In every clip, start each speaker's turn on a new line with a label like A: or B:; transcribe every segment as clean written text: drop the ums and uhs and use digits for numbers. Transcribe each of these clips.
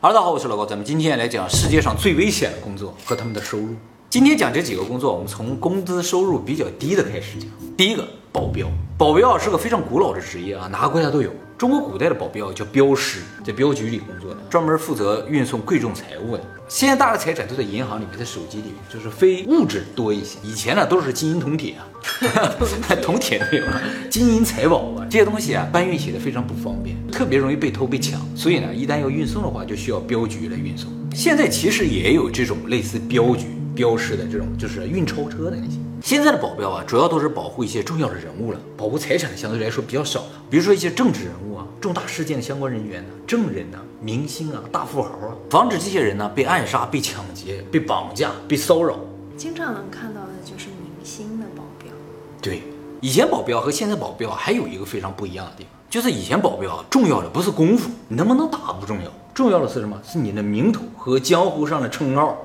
A: 哈喽，大家好，我是老高，咱们今天来讲世界上最危险的工作和他们的收入。今天讲这几个工作，我们从工资收入比较低的开始讲。第一个，保镖。保镖是个非常古老的职业啊，哪个国家都有。中国古代的保镖叫镖师，在镖局里工作的，专门负责运送贵重财物的。现在大的财产都在银行里面，在手机里面，就是非物质多一些。以前呢都是金银铜铁啊，铜铁都没有了，金银财宝啊，这些东西啊搬运起来非常不方便，特别容易被偷被抢。所以呢，一旦要运送的话，就需要镖局来运送。现在其实也有这种类似镖局、镖师的这种，就是运钞车的那些。现在的保镖啊，主要都是保护一些重要的人物了，保护财产的相对来说比较少了。比如说一些政治人物啊、重大事件的相关人员呢、证人呢、明星啊、大富豪啊，防止这些人呢被暗杀、被抢劫、被绑架、被骚扰。
B: 经常能看到的就是明星的保镖。
A: 对，以前保镖和现在保镖还有一个非常不一样的地方，就是以前保镖重要的不是功夫，你能不能打不重要，重要的是什么？是你的名头和江湖上的称号。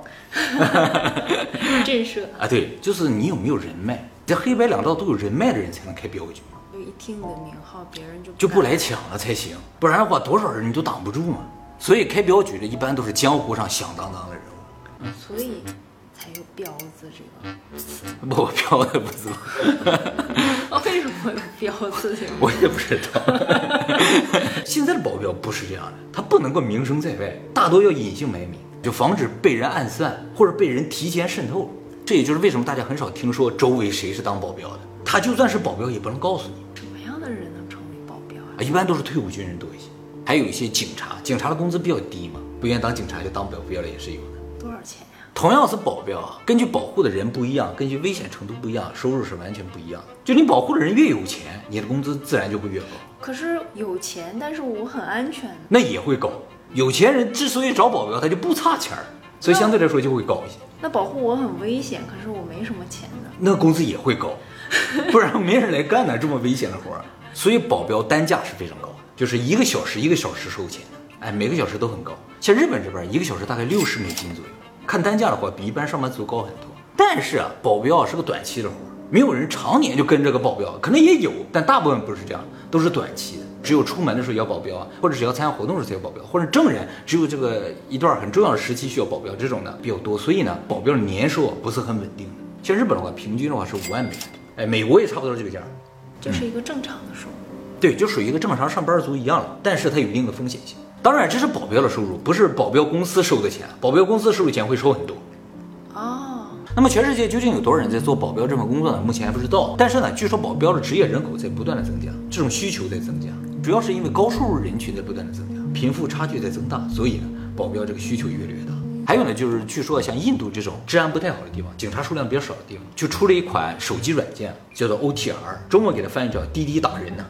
B: 震慑
A: 啊，对，就是你有没有人脉，在黑白两道都有人脉的人才能开镖局。
B: 就一听你的名号，别人就
A: 不来抢了才行，不然的话多少人你都挡不住嘛。所以开镖局的一般都是江湖上响当当的人物，
B: 所以才有镖子这个词。
A: 不，镖的不是。
B: 为什么有镖子这个？
A: 我也不知道。现在的保镖不是这样的，他不能够名声在外，大多要隐姓埋名，就防止被人暗算或者被人提前渗透。这也就是为什么大家很少听说周围谁是当保镖的，他就算是保镖也不能告诉你。
B: 什么样的人能成为保镖啊？
A: 一般都是退伍军人多一些，还有一些警察，警察的工资比较低嘛，不愿意当警察就当保镖了也是有的。
B: 多少钱呀？
A: 同样是保镖啊，根据保护的人不一样，根据危险程度不一样，收入是完全不一样的。就你保护的人越有钱，你的工资自然就会越高。
B: 可是有钱，但是我很安全，
A: 那也会高。有钱人之所以找保镖，他就不差钱儿，所以相对来说就会高一些。
B: 那保护我很危险，可是我没什么钱呢，
A: 那工资也会高，不然没人来干呢这么危险的活儿。所以保镖单价是非常高的，就是1个小时1个小时收钱的，哎，每个小时都很高。像日本这边1个小时大概60美金左右，看单价的话比一般上班族高很多。但是啊，保镖是个短期的活儿，没有人常年就跟这个保镖，可能也有，但大部分不是这样，都是短期的。只有出门的时候要保镖啊，或者只要参加活动的时候才有保镖，或者证人只有这个一段很重要的时期需要保镖，这种的比较多。所以呢，保镖的年收不是很稳定的。像日本的话，平均的话是5万美元，哎，美国也差不多是这个价，
B: 就是一个正常的收入。
A: 对，就属于一个正常上班族一样了，但是它有一定的风险性。当然，这是保镖的收入，不是保镖公司收的钱，保镖公司收的钱会收很多。
B: 哦，
A: 那么全世界究竟有多少人在做保镖这份工作呢？目前还不知道。但是呢，据说保镖的职业人口在不断的增加，这种需求在增加，主要是因为高收入人群在不断的增加，贫富差距在增大，所以呢，保镖这个需求越来越大。还有呢，就是据说像印度这种治安不太好的地方，警察数量比较少的地方，就出了一款手机软件，叫做 OTR， 中文给它翻译叫滴滴打人呢。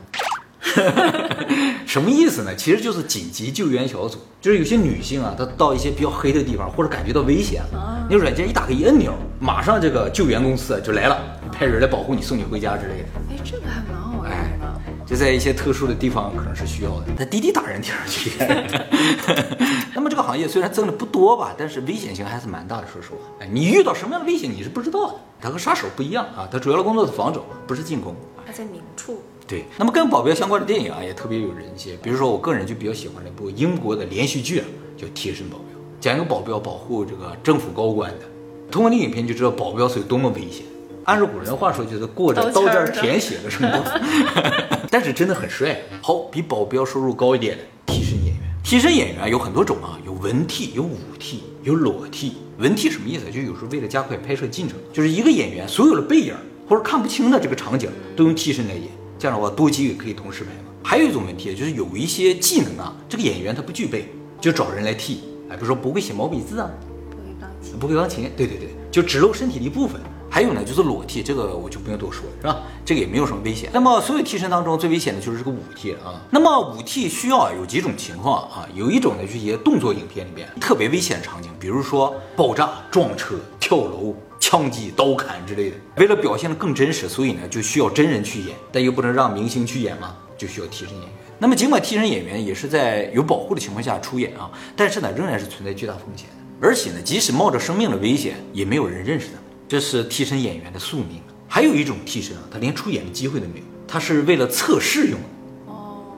A: 什么意思呢？其实就是紧急救援小组，就是有些女性啊，她到一些比较黑的地方或者感觉到危险了，那软件一打开一按钮，马上这个救援公司就来了，派人来保护你，送你回家之类的。
B: 哎，这个还蛮好玩的。
A: 就在一些特殊的地方可能是需要的，但滴滴打人听上去。那么这个行业虽然增的不多吧，但是危险性还是蛮大的。说实话，哎，你遇到什么样的危险你是不知道的。它和杀手不一样啊，它主要的工作是防守，不是进攻。
B: 它在明处。
A: 对，那么跟保镖相关的电影啊，也特别有人气。比如说，我个人就比较喜欢那部英国的连续剧啊，叫《贴身保镖》，讲一个保镖保护这个政府高官的。通过那影片就知道保镖是有多么危险。按照古人的话说，就是过着刀尖舔血的生活，但是真的很帅。好，比保镖收入高一点的替身演员。替身演员有很多种啊，有文替，有武替，有裸替。文替什么意思？就有时候为了加快拍摄进程，就是一个演员所有的背影或者看不清的这个场景都用替身来演。这样的话，多机也可以同时拍嘛。还有一种问题，就是有一些技能啊，这个演员他不具备，就找人来替。哎，比如说不会写毛笔字啊，不会钢琴，对，就只露身体的一部分。还有呢，就是裸替，这个我就不用多说了，是吧？这个也没有什么危险。那么所有替身当中最危险的就是这个武替啊。那么武替需要有几种情况啊，有一种呢，就是一些动作影片里面特别危险的场景，比如说爆炸、撞车、跳楼、枪击、刀砍之类的。为了表现得更真实，所以呢就需要真人去演，但又不能让明星去演嘛，就需要替身演员。那么尽管替身演员也是在有保护的情况下出演啊，但是呢仍然是存在巨大风险的。而且呢，即使冒着生命的危险，也没有人认识他们。这是替身演员的宿命。还有一种替身啊，他连出演的机会都没有，他是为了测试用的。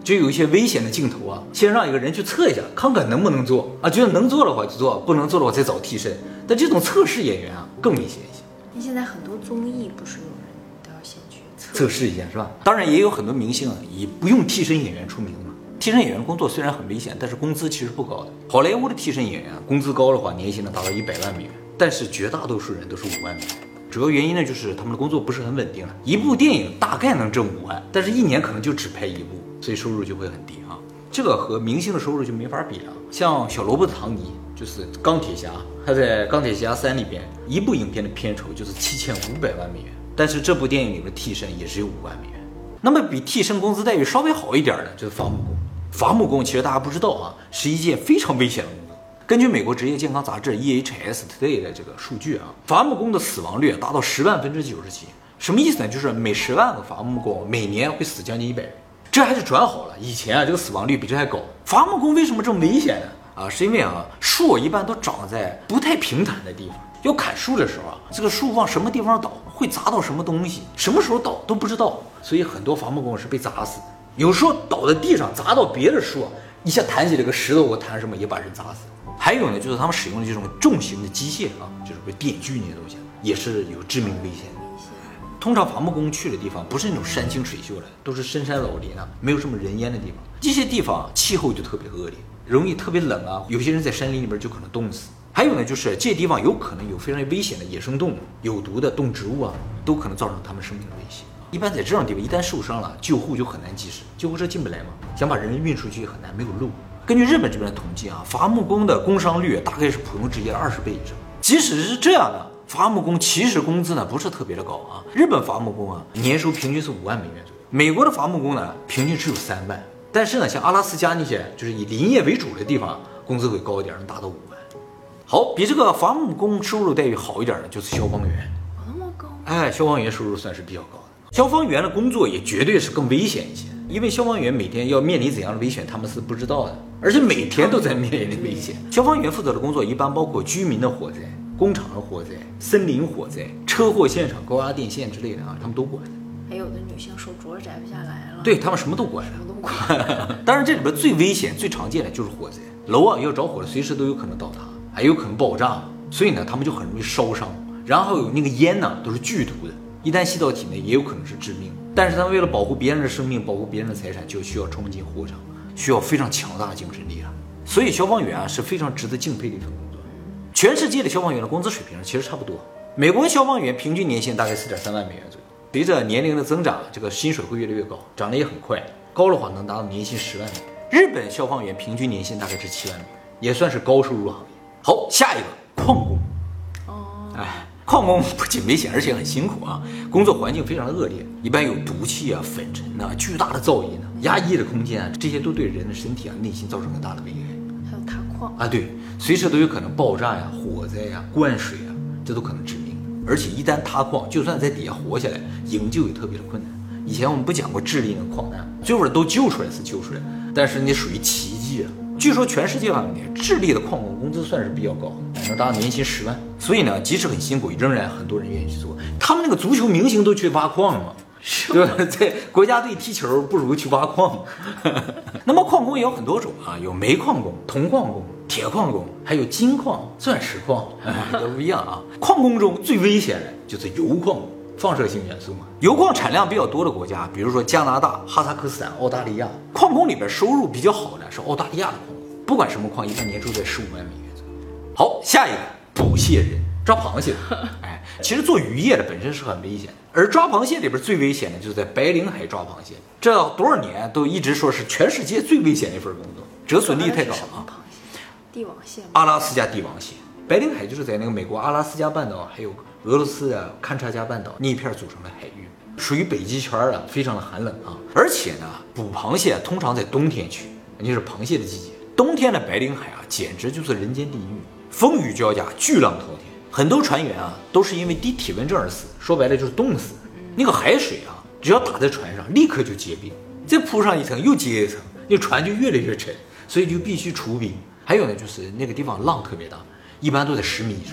A: 就有一些危险的镜头啊，先让一个人去测一下，看看能不能做啊，觉得能做的话就做，不能做的话再找替身。但这种测试演员啊更危险一些。
B: 那现在很多综艺不是有人都要先去
A: 测试一下是吧？当然也有很多明星啊以不用替身演员出名的嘛。替身演员工作虽然很危险，但是工资其实不高的。好莱坞的替身演员工资高的话，年薪能达到100万美元，但是绝大多数人都是5万美元。主要原因呢，就是他们的工作不是很稳定了，一部电影大概能挣5万，但是一年可能就只拍一部，所以收入就会很低啊。这个和明星的收入就没法比了。像小罗伯特·唐尼，就是钢铁侠，他在《钢铁侠3》里边，一部影片的片酬就是7500万美元，但是这部电影里的替身也只有5万美元。那么比替身工资待遇稍微好一点的，就是伐木工。伐木工其实大家不知道啊，是一件非常危险的工作。根据美国职业健康杂志 EHS Today 的这个数据啊，伐木工的死亡率达到10万分之97。什么意思呢？就是每10万个伐木工每年会死将近100人。这还是转好了，以前啊这个死亡率比这还高。伐木工为什么这么危险呢？啊，是因为啊树一般都长在不太平坦的地方，要砍树的时候啊，这个树往什么地方倒，会砸到什么东西，什么时候倒都不知道，所以很多伐木工是被砸死的。有时候倒在地上砸到别的树，一下弹起来个石头或弹什么也把人砸死。还有呢，就是他们使用的这种重型的机械啊，就是被电锯那些东西，也是有致命危险的。通常伐木工去的地方不是那种山清水秀的，都是深山老林啊，没有什么人烟的地方。这些地方气候就特别恶劣，容易特别冷啊，有些人在山林里边就可能冻死。还有呢，就是这些地方有可能有非常危险的野生动物、有毒的动植物啊，都可能造成他们生命的威胁。一般在这种地方，一旦受伤了，救护就很难及时，救护车进不来嘛，想把人运出去也很难，没有路。根据日本这边的统计啊，伐木工的工伤率大概是普通职业的20倍以上。即使是这样的，伐木工其实工资呢不是特别的高啊。日本伐木工啊年收平均是5万美元左右，美国的伐木工呢平均只有3万。但是呢，像阿拉斯加那些就是以林业为主的地方，工资会高一点，能达到5万。好，比这个伐木工收入待遇好一点的就是消防员。
B: 那么高？
A: 哎，消防员收入算是比较高的。消防员的工作也绝对是更危险一些，因为消防员每天要面临怎样的危险，他们是不知道的，而且每天都在面临危险。消防员负责的工作一般包括居民的火灾、工厂的火灾、森林火灾、车祸现场、高压电线之类的啊，他们都管。
B: 还有的女性手镯摘不下来了，
A: 对他们什么都管，
B: 什么都管。
A: 当然，这里边最危险、最常见的就是火灾，楼啊要着火了，随时都有可能倒塌，还有可能爆炸，所以呢，他们就很容易烧伤。然后有那个烟呢，都是剧毒的。一旦吸到体内，也有可能是致命。但是他们为了保护别人的生命、保护别人的财产，就需要冲进火场，需要非常强大的精神力量。所以消防员啊是非常值得敬佩的一份工作。全世界的消防员的工资水平其实差不多。美国消防员平均年薪大概4.3万美元左右。随着年龄的增长，这个薪水会越来越高，涨得也很快，高的话能达到年薪10万美元。日本消防员平均年薪大概是7万美元，也算是高收入行业。好，下一个矿工。哎。矿工不仅危险，而且很辛苦啊！工作环境非常的恶劣，一般有毒气啊、粉尘啊、巨大的噪音啊、压抑的空间啊，这些都对人的身体啊、内心造成很大的危害。
B: 还有塌矿
A: 啊，对，随时都有可能爆炸呀、火灾呀、灌水啊，这都可能致命。而且一旦塌矿，就算在底下活下来，营救也特别的困难。以前我们不讲过智利那个矿难，最后都救出来是救出来，但是那属于奇迹啊！据说全世界范围内，智利的矿工工资算是比较高的，能达到年薪10万。所以呢，即使很辛苦，仍然很多人愿意去做。他们那个足球明星都去挖矿嘛，对吧？在国家队踢球不如去挖矿。那么矿工也有很多种啊，有煤矿工、铜矿工、铁矿工，还有金矿、钻石矿，都不一样啊。矿工中最危险的就是铀矿工。放射性元素嘛，铀矿产量比较多的国家，比如说加拿大、哈萨克斯坦、澳大利亚，矿工里边收入比较好的是澳大利亚的矿工，不管什么矿，一般年收在15万美元左右。好，下一个捕蟹人，抓螃蟹的。哎，其实做渔业的本身是很危险的，而抓螃蟹里边最危险的就是在白令海抓螃蟹，这多少年都一直说是全世界最危险的一份工作，折损率太高了。
B: 帝王蟹，
A: 阿拉斯加帝王蟹。白令海就是在那个美国阿拉斯加半岛还有俄罗斯的堪察加半岛那一片组成的海域，属于北极圈的，非常的寒冷啊。而且呢，捕螃蟹通常在冬天去，那就是螃蟹的季节。冬天的白令海啊，简直就是人间地狱，风雨交加，巨浪滔天。很多船员啊，都是因为低体温症而死，说白了就是冻死。那个海水啊，只要打在船上，立刻就结冰，再铺上一层又结一层，那船就越来越沉，所以就必须除冰。还有呢，就是那个地方浪特别大。一般都在10米以上，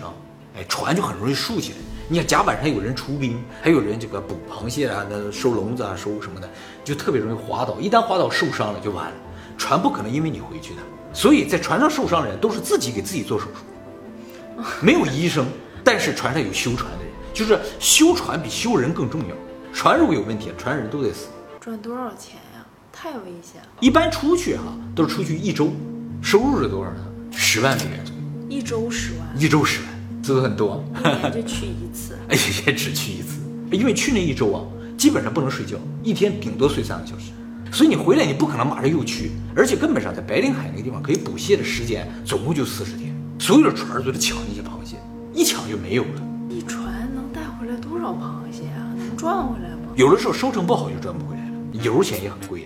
A: 哎，船就很容易竖起来。你看甲板上有人出兵，还有人这个捕螃蟹啊、那收笼子啊、收什么的，就特别容易滑倒。一旦滑倒受伤了就完了，船不可能因为你回去的。所以在船上受伤的人都是自己给自己做手术，没有医生，但是船上有修船的人，就是修船比修人更重要。船如果有问题，船人都得死。
B: 赚多少钱呀？太危险了。
A: 一般出去都是出去1周，收入是多少呢？10万美元左右。
B: 1周10万
A: ？1周10万，是不是很多？
B: 一年就去一次。
A: 哎，也只去一次，因为去那1周基本上不能睡觉，一天顶多睡3个小时，所以你回来你不可能马上又去，而且根本上在白令海那个地方可以捕蟹的时间总共就40天，所有的船都在抢那些螃蟹，一抢就没有了。
B: 一船能带回来多少螃蟹啊？能赚回来吗？
A: 有的时候收成不好就赚不回来了，油钱也很贵的。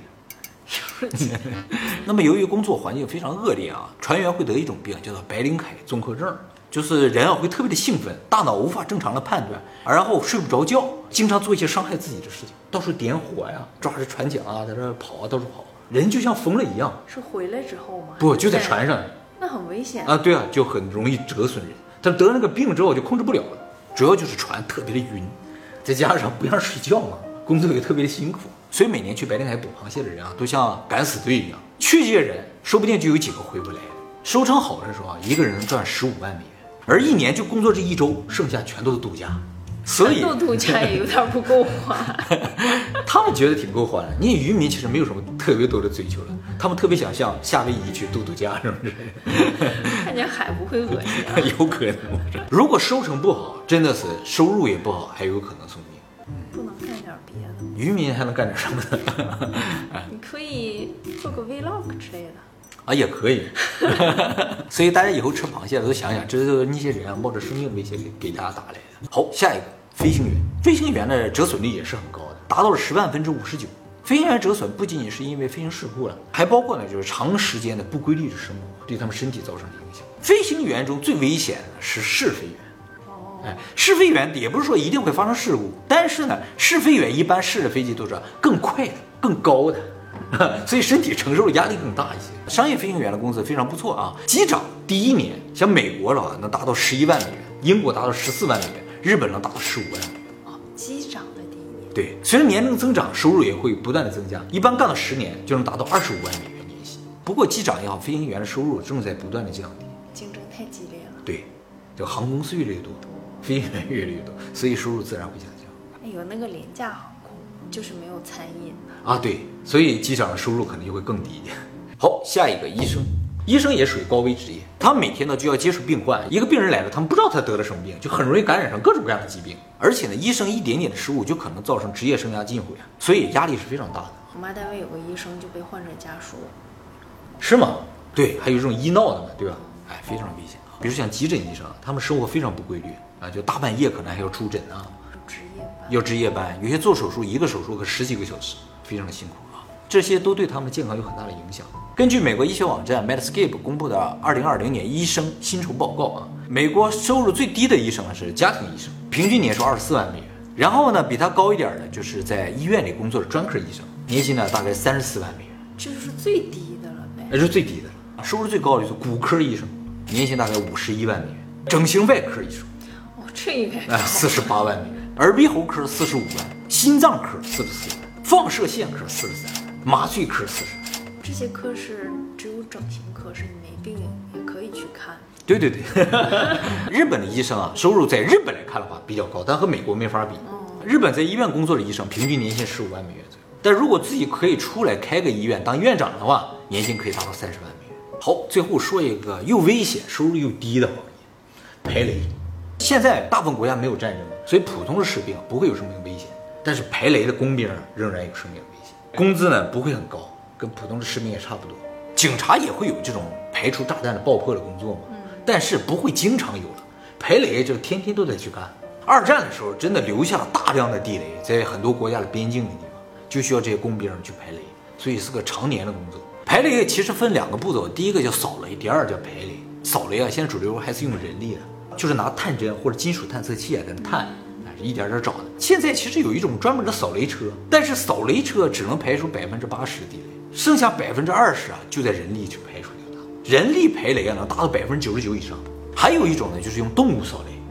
A: 那么由于工作环境非常恶劣船员会得一种病叫做白令海综合症，就是人会特别的兴奋，大脑无法正常的判断，然后睡不着觉，经常做一些伤害自己的事情，到处点火呀，抓着船桨在这跑到处跑，人就像疯了一样。是
B: 回来之后吗？
A: 不，就在船上。
B: 那很危险
A: 对就很容易折损人。他得了那个病之后就控制不了了，主要就是船特别的晕，再加上不让睡觉嘛，工作也特别的辛苦，所以每年去白令海捕螃蟹的人都像敢死队一样。去这些人说不定就有几个回不来。收成好的时候一个人能赚15万美元，而一年就工作这1周，剩下全都是度假。所以
B: 度假也有点不够花。
A: 他们觉得挺够花的。你渔民其实没有什么特别多的追求了，他们特别想向夏威夷去度假什么之类的。
B: 看见海不会恶心
A: 有可能。如果收成不好，真的是收入也不好，还有可能送命。
B: 不能干点别的？
A: 渔民还能干点什么呢？
B: 你可以做个 vlog 之类的。
A: 也可以。所以大家以后吃螃蟹都想想，这是那些人冒着生命威胁给大家打来的。好，下一个飞行员。飞行员的折损率也是很高的，达到了10%59%。飞行员折损不仅仅是因为飞行事故了，还包括就是长时间的不规律的生活对他们身体造成的影响。飞行员中最危险的是试飞员。试飞员也不是说一定会发生事故，但是呢，试飞员一般试的飞机都是更快的、更高的。所以身体承受的压力更大一些。商业飞行员的工资非常不错机长第一年像美国能达到11万美元，英国达到14万美元，日本能达到15万美元
B: 机长的第一年。
A: 对，随着年龄增长，收入也会不断的增加，一般干到10年就能达到25万美元年薪。不过机长也好，飞行员的收入正在不断的降低，
B: 竞争太激烈了。
A: 对，这个航空公司越来越多，飞行员越来越多，所以收入自然会下降。
B: 有那个廉价航空，就是没有餐饮
A: 对，所以机长的收入可能就会更低一点。好，下一个医生。医生也属于高危职业，他们每天就要接触病患，一个病人来了，他们不知道他得了什么病，就很容易感染上各种各样的疾病。而且呢，医生一点点的失误就可能造成职业生涯禁毁所以压力是非常大的。
B: 我妈单位有个医生就被患者家属。
A: 是吗？对，还有这种医闹的嘛，对吧？非常危险。比如像急诊医生，他们生活非常不规律就大半夜可能还要出诊要值夜班，有些做手术一个手术可10几个小时，非常的辛苦这些都对他们的健康有很大的影响。根据美国医学网站 Medscape 公布的2020年医生薪酬报告美国收入最低的医生是家庭医生，平均年收24万美元。然后呢，比他高一点的就是在医院里工作的专科医生，年薪呢大概34万美元。
B: 这就是最低的了呗？
A: 那是最低的了。收入最高的就是骨科医生，年薪大概51万美元。整形外科医生，
B: 这应该
A: 48万美元。耳鼻喉科45万，心脏科44万，放射线科43万，麻醉科40万。
B: 这些科室只有整形科是你没病也可以去看。
A: 对对对。日本的医生收入在日本来看的话比较高，但和美国没法比。日本在医院工作的医生平均年薪15万美元左右，但如果自己可以出来开个医院当院长的话，年薪可以达到30万美元。好，最后说一个又危险收入又低的行业，排雷。现在大部分国家没有战争，所以普通的士兵不会有生命危险，但是排雷的工兵仍然有生命危险。工资呢不会很高，跟普通的士兵也差不多。警察也会有这种排除炸弹的爆破的工作嘛，但是不会经常有了。排雷就天天都得去干。二战的时候真的留下了大量的地雷，在很多国家的边境的地方，就需要这些工兵去排雷，所以是个常年的工作。排雷其实分2个步骤，第一个叫扫雷，第二叫排雷。扫雷现在主流还是用人力的，就是拿探针或者金属探测器在那探，一点点找的。现在其实有一种专门的扫雷车，但是扫雷车只能排除80%的地雷，剩下20%就在人力去排除掉它。人力排雷能达到99%以上。还有一种呢，就是用动物扫雷，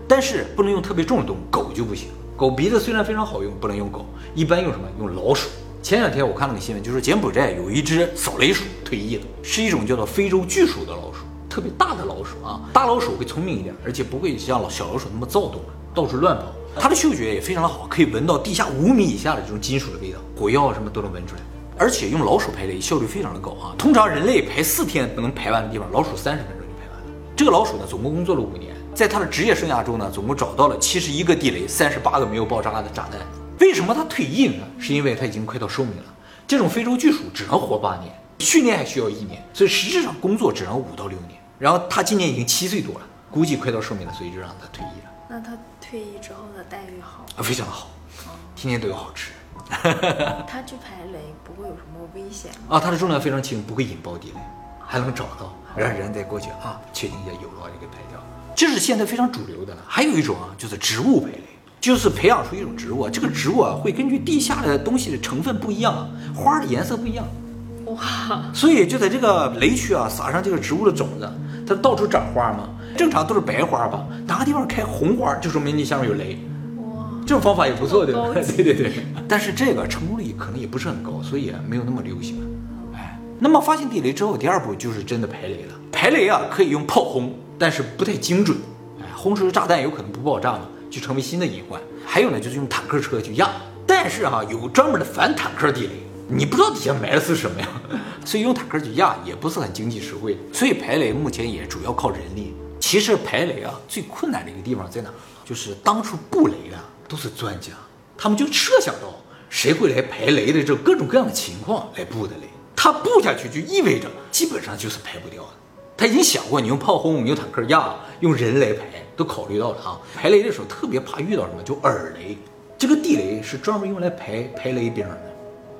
A: 但是不能用特别重的动物，狗就不行。狗鼻子虽然非常好用，不能用狗，一般用什么？用老鼠。前两天我看了个新闻，就是柬埔寨有一只扫雷鼠退役了，是一种叫做非洲巨鼠的老鼠，特别大的老鼠啊。大老鼠会聪明一点，而且不会像小老鼠那么躁动，到处乱跑。它的嗅觉也非常的好，可以闻到地下5米以下的这种金属的味道，火药什么都能闻出来。而且用老鼠排雷效率非常的高啊，通常人类排4天能排完的地方，老鼠30分钟就排完了。这个老鼠呢，总共工作了5年，在它的职业生涯中呢，总共找到了71个地雷，38个没有爆炸的炸弹。为什么它退役呢？是因为它已经快到寿命了。这种非洲巨鼠只能活8年，训练还需要1年，所以实质上工作只能5到6年。然后它今年已经7岁多了，估计快到寿命了，所以就让它退役了。
B: 那他退役之后的待遇好
A: 啊，非常好，天天都有好吃。
B: 他去排雷不会有什么危险吗？
A: 啊，它的重量非常轻，不会引爆地雷，还能找到，让人再过去啊，确定一下有的话就给排掉。这是现在非常主流的了。还有一种啊，就是植物排雷，就是培养出一种植物啊，这个植物啊会根据地下的东西的成分不一样，花的颜色不一样。
B: 哇！
A: 所以就在这个雷区啊，撒上这个植物的种子，它到处长花嘛。正常都是白花吧，哪个地方开红花，就说明你下面有雷。
B: 哇，
A: 这种方法也不错，对吧？
B: 对
A: 对对。但是这个成功率可能也不是很高，所以也没有那么流行。哎，那么发现地雷之后，第2步就是真的排雷了。排雷啊，可以用炮轰，但是不太精准。哎，轰出的炸弹有可能不爆炸嘛，就成为新的隐患。还有呢，就是用坦克车去压，但是哈，有专门的反坦克地雷。你不知道底下埋的是什么呀，所以用坦克去压也不是很经济实惠。所以排雷目前也主要靠人力。其实排雷啊，最困难的一个地方在哪？就是当初布雷的都是专家，他们就设想到谁会来排雷的这各种各样的情况来布的雷。他布下去就意味着基本上就是排不掉的。他已经想过，你用炮轰，你用坦克压，用人来排，都考虑到了啊。排雷的时候特别怕遇到什么，就耳雷。这个地雷是专门用来排雷兵的。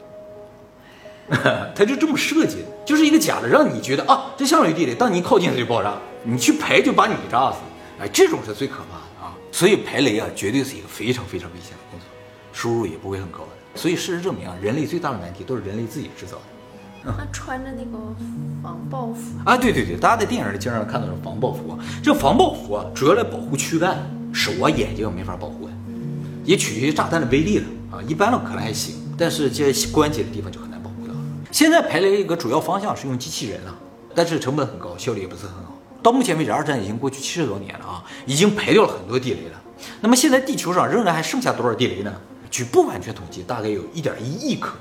A: 他就这么设计的，就是一个假的，让你觉得啊，这下面有地雷，当你一靠近它就爆炸，你去排就把你给炸死。哎，这种是最可怕的啊！所以排雷啊，绝对是一个非常非常危险的工作，收入也不会很高的。所以事实证明啊，人类最大的难题都是人类自己制造的。
B: 他穿着那个防爆服
A: 啊，对对对，大家在电影里经常看到的防爆服啊，这防爆服啊，主要来保护躯干，手啊眼睛没法保护的，也取决于炸弹的威力了啊。一般的可能还行，但是这些关节的地方就很难保护到。现在排雷一个主要方向是用机器人了，但是成本很高，效率也不是很好。到目前为止，二战已经过去70多年了啊，已经排掉了很多地雷了。那么现在地球上仍然还剩下多少地雷呢？据不完全统计，大概有1.1亿颗。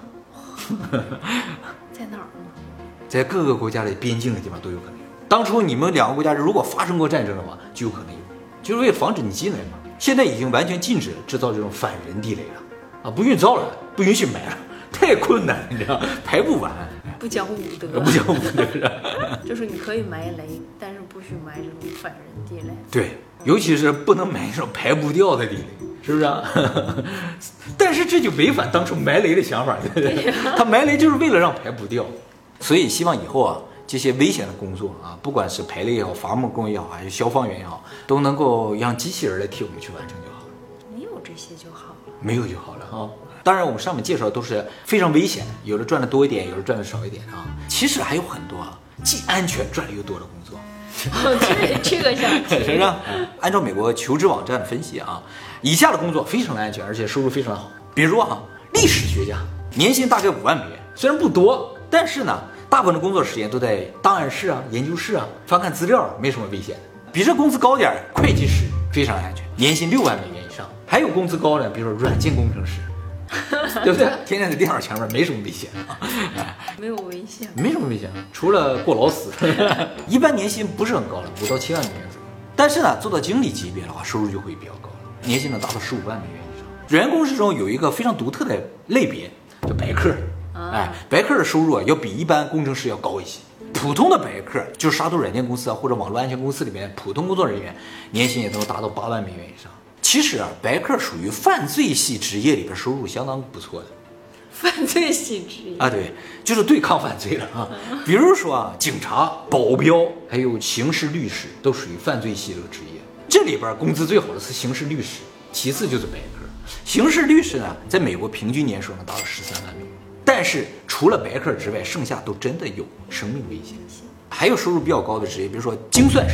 B: 在哪儿呢？
A: 在各个国家的边境的地方都有可能有。当初你们2个国家如果发生过战争的话，就有可能有，就是为了防止你进来嘛。现在已经完全禁止制造这种反人地雷了啊，不允许造了，不允许埋了，太困难，你知道，排不完。
B: 不讲武德，
A: 不讲武德
B: 就是你可以埋雷，但是不许埋这种反人地雷。
A: 对，尤其是不能埋这种排不掉的地雷，是不是啊？但是这就违反当初埋雷的想法，对不对？他埋雷就是为了让排不掉。所以希望以后啊，这些危险的工作啊，不管是排雷也好，伐木工也好，还是消防员也好，都能够让机器人来替我们去完成就好了。
B: 没有这些就好了，
A: 没有就好了啊。当然，我们上面介绍的都是非常危险的，有的赚的多一点，有的赚的少一点啊。其实还有很多啊，既安全赚的又多的工作。
B: 这个想听
A: 是不是？按照美国求职网站的分析啊，以下的工作非常的安全，而且收入非常的好。比如啊，历史学家年薪大概5万美元，虽然不多，但是呢，大部分的工作时间都在档案室啊、研究室啊翻看资料，没什么危险的。比这工资高点，会计师非常安全，年薪6万美元以上。还有工资高的，比如说软件工程师。对不对？天天在电脑前面，没什么危险啊，
B: 没有危险，
A: 没什么危险，除了过劳死。一般年薪不是很高了，5到7万美元左右。但是呢，做到经理级别的话，收入就会比较高了，年薪能达到15万美元以上。软件工程师中有一个非常独特的类别，叫白客。哎，白客的收入啊，要比一般工程师要高一些。普通的白客就是杀毒软件公司啊，或者网络安全公司里面普通工作人员，年薪也能达到8万美元以上。其实啊，白客属于犯罪系职业里边收入相当不错的。
B: 犯罪系职业
A: 啊，对，就是对抗犯罪的啊。比如说啊，警察、保镖，还有刑事律师，都属于犯罪系这个职业。这里边工资最好的是刑事律师，其次就是白客。刑事律师呢，在美国平均年收能达到13万美元。但是除了白客之外，剩下都真的有生命危险。还有收入比较高的职业，比如说精算师。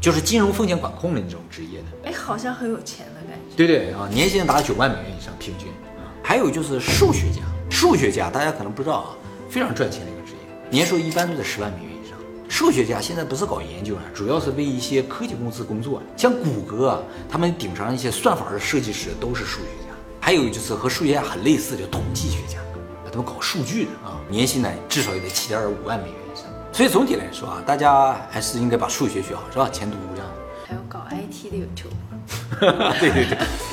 A: 就是金融风险管控的那种职业的。
B: 哎，好像很有钱的感觉。
A: 对对啊，年薪达9万美元以上平均啊。还有就是数学家，数学家大家可能不知道啊，非常赚钱的一个职业，年收一般都在10万美元以上。数学家现在不是搞研究啊，主要是为一些科技公司工作，像谷歌啊，他们顶上一些算法的设计师都是数学家。还有就是和数学家很类似的统计学家，他们搞数据的啊，年薪呢至少也得7.25万美元以上。所以总体来说啊，大家还是应该把数学学好，是吧？前途无量。
B: 还有搞 IT 的有救。
A: 对对对。